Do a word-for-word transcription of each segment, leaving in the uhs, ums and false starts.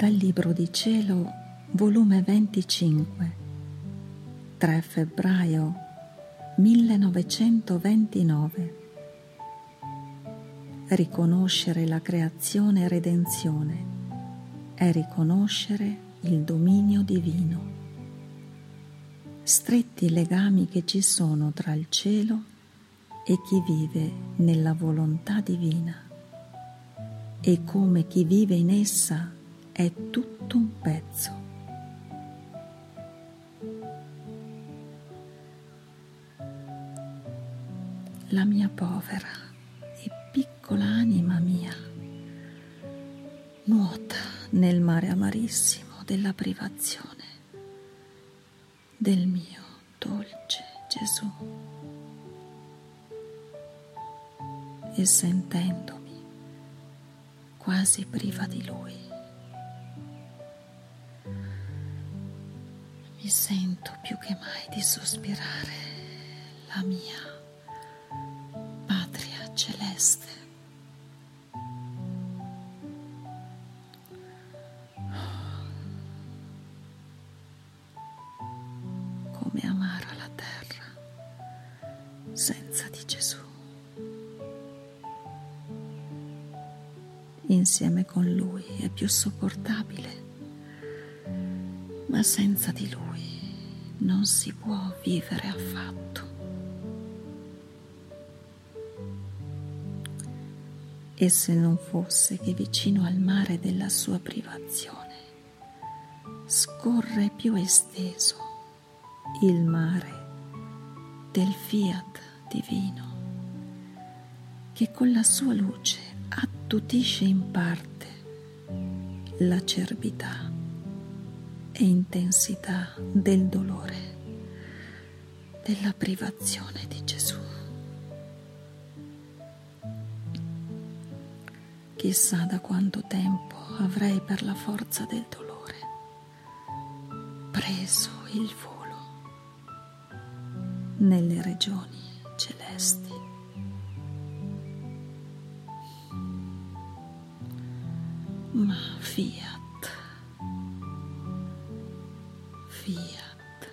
Dal Libro di Cielo, volume venticinque, tre febbraio millenovecentoventinove. Riconoscere la creazione e redenzione è riconoscere il dominio divino. Stretti legami che ci sono tra il cielo e chi vive nella volontà divina, e come chi vive in essa è tutto un pezzo. La mia povera e piccola anima mia nuota nel mare amarissimo della privazione del mio dolce Gesù, e sentendomi quasi priva di Lui, mi sento più che mai di sospirare la mia patria celeste. Come amara la terra senza di Gesù. Insieme con Lui è più sopportabile, ma senza di Lui non si può vivere affatto. E se non fosse che vicino al mare della sua privazione scorre più esteso il mare del fiat divino, che con la sua luce attutisce in parte l'acerbità e intensità del dolore della privazione di Gesù. Chissà da quanto tempo avrei, per la forza del dolore, preso il volo nelle regioni celesti. Ma fiat, fiat,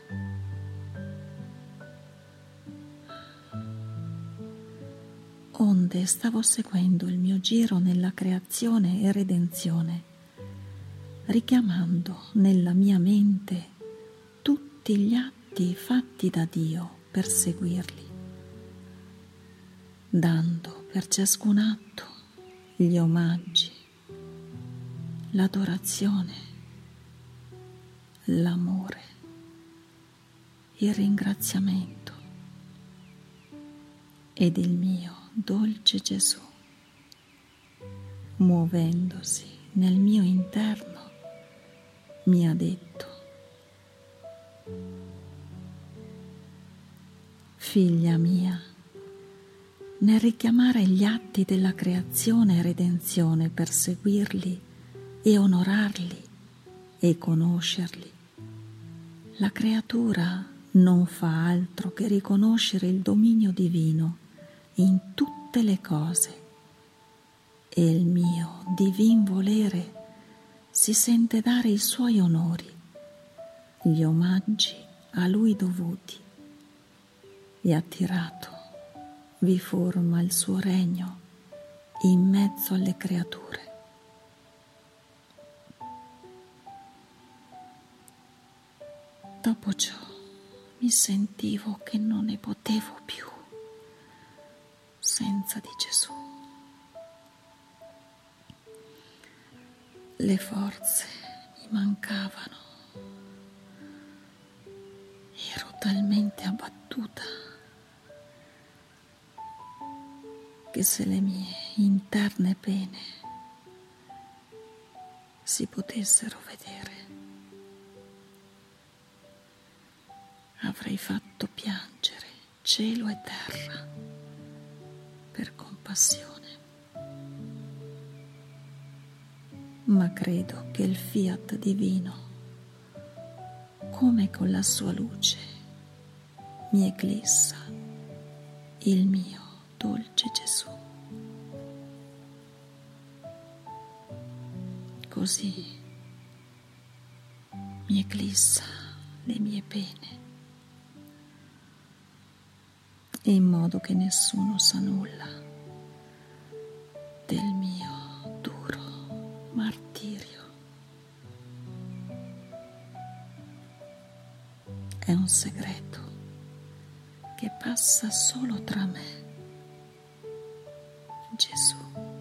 onde stavo seguendo il mio giro nella creazione e redenzione, richiamando nella mia mente tutti gli atti fatti da Dio per seguirli, dando per ciascun atto gli omaggi, l'adorazione, l'amore, il ringraziamento, ed il mio dolce Gesù, muovendosi nel mio interno, mi ha detto: figlia mia, nel richiamare gli atti della creazione e redenzione per seguirli e onorarli e conoscerli, la creatura non fa altro che riconoscere il dominio divino in tutte le cose, e il mio divin volere si sente dare i suoi onori, gli omaggi a Lui dovuti, e attirato vi forma il suo regno in mezzo alle creature. Dopo ciò mi sentivo che non ne potevo più senza di Gesù. Le forze mi mancavano, ero talmente abbattuta che se le mie interne pene si potessero vedere, avrei fatto piangere cielo e terra per compassione. Ma credo che il fiat divino, come con la sua luce, mi eclissa il mio dolce Gesù. Così mi eclissa le mie pene, in modo che nessuno sa nulla del mio duro martirio. È un segreto che passa solo tra me, Gesù,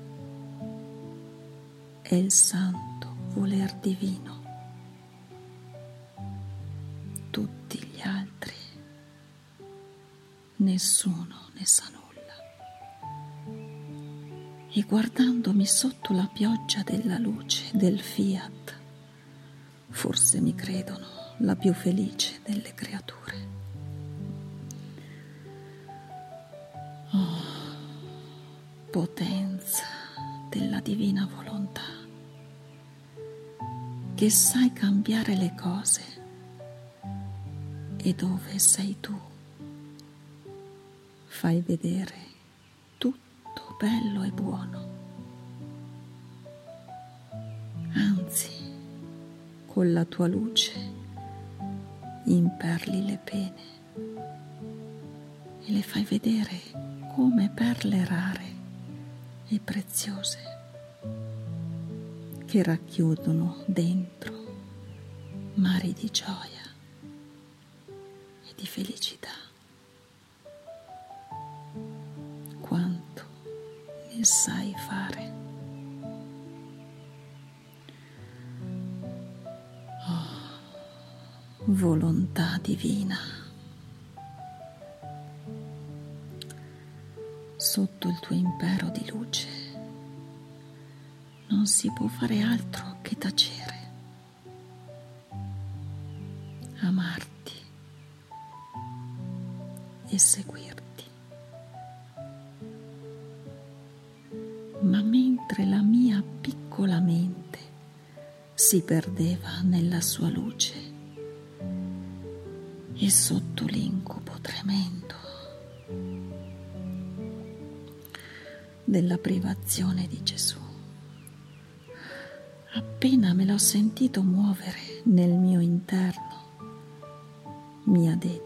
e il santo voler divino. Tutti gli altri, nessuno ne sa nulla. E guardandomi sotto la pioggia della luce del Fiat, forse mi credono la più felice delle creature. Oh, potenza della divina volontà, che sai cambiare le cose, e dove sei tu fai vedere tutto bello e buono. Anzi, con la tua luce imperli le pene e le fai vedere come perle rare e preziose che racchiudono dentro mari di gioia e di felicità. Quanto ne sai fare. Oh, volontà divina. Sotto il tuo impero di luce non si può fare altro che tacere, amarti e seguirti. Ma mentre la mia piccola mente si perdeva nella sua luce e sotto l'incubo tremendo della privazione di Gesù, appena me l'ho sentito muovere nel mio interno, mi ha detto: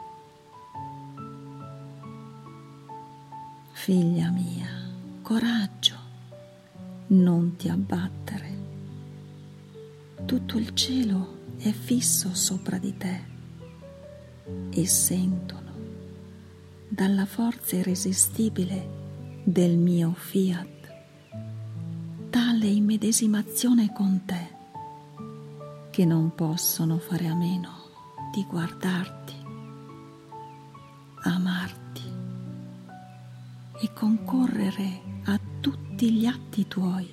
figlia mia, coraggio, non ti abbattere. Tutto il cielo è fisso sopra di te e sentono dalla forza irresistibile del mio Fiat tale immedesimazione con te che non possono fare a meno di guardarti, amarti e concorrere a tutti gli atti tuoi.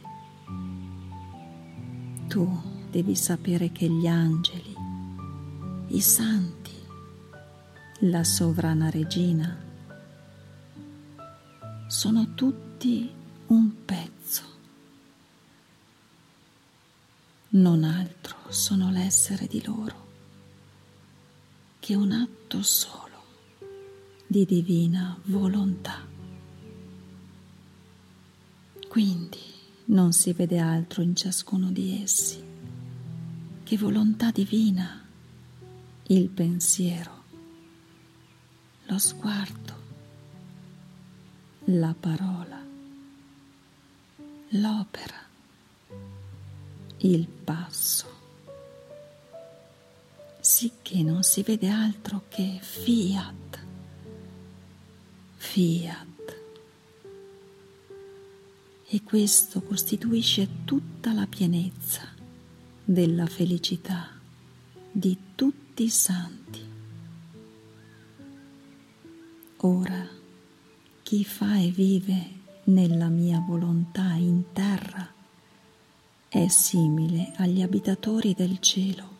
Tu devi sapere che gli angeli, i santi, la sovrana regina sono tutti un pezzo, non altro sono l'essere di loro che un atto solo di divina volontà. Quindi non si vede altro in ciascuno di essi che volontà divina, il pensiero, lo sguardo, la parola, l'opera, il passo, sicché non si vede altro che Fiat, Fiat. E questo costituisce tutta la pienezza della felicità di tutti i santi. Ora, chi fa e vive nella mia volontà in terra è simile agli abitatori del cielo,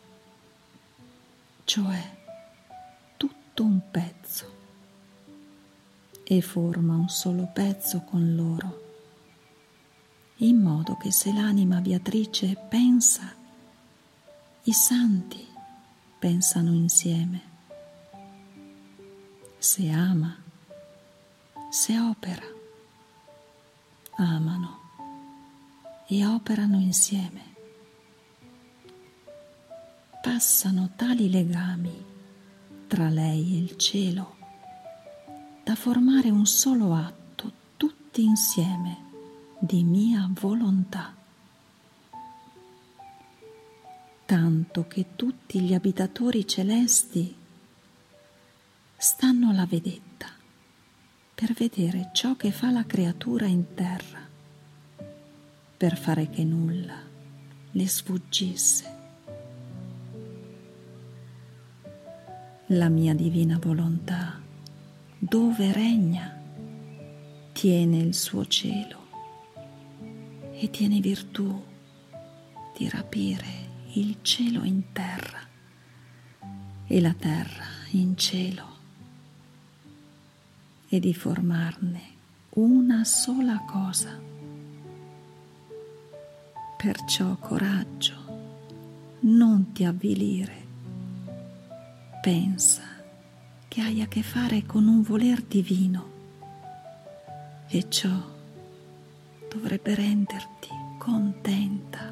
cioè tutto un pezzo, e forma un solo pezzo con loro, in modo che se l'anima viatrice pensa, i santi pensano insieme. Se ama, se opera, amano e operano insieme. passano tali legami tra lei e il cielo da formare un solo atto tutti insieme di mia volontà, tanto che tutti gli abitatori celesti stanno alla vedetta per vedere ciò che fa la creatura in terra, per fare che nulla le sfuggisse. La mia divina volontà, dove regna, tiene il suo cielo e tiene virtù di rapire il cielo in terra e la terra in cielo e di formarne una sola cosa. Perciò coraggio, non ti avvilire. Pensa che hai a che fare con un voler divino e ciò dovrebbe renderti contenta.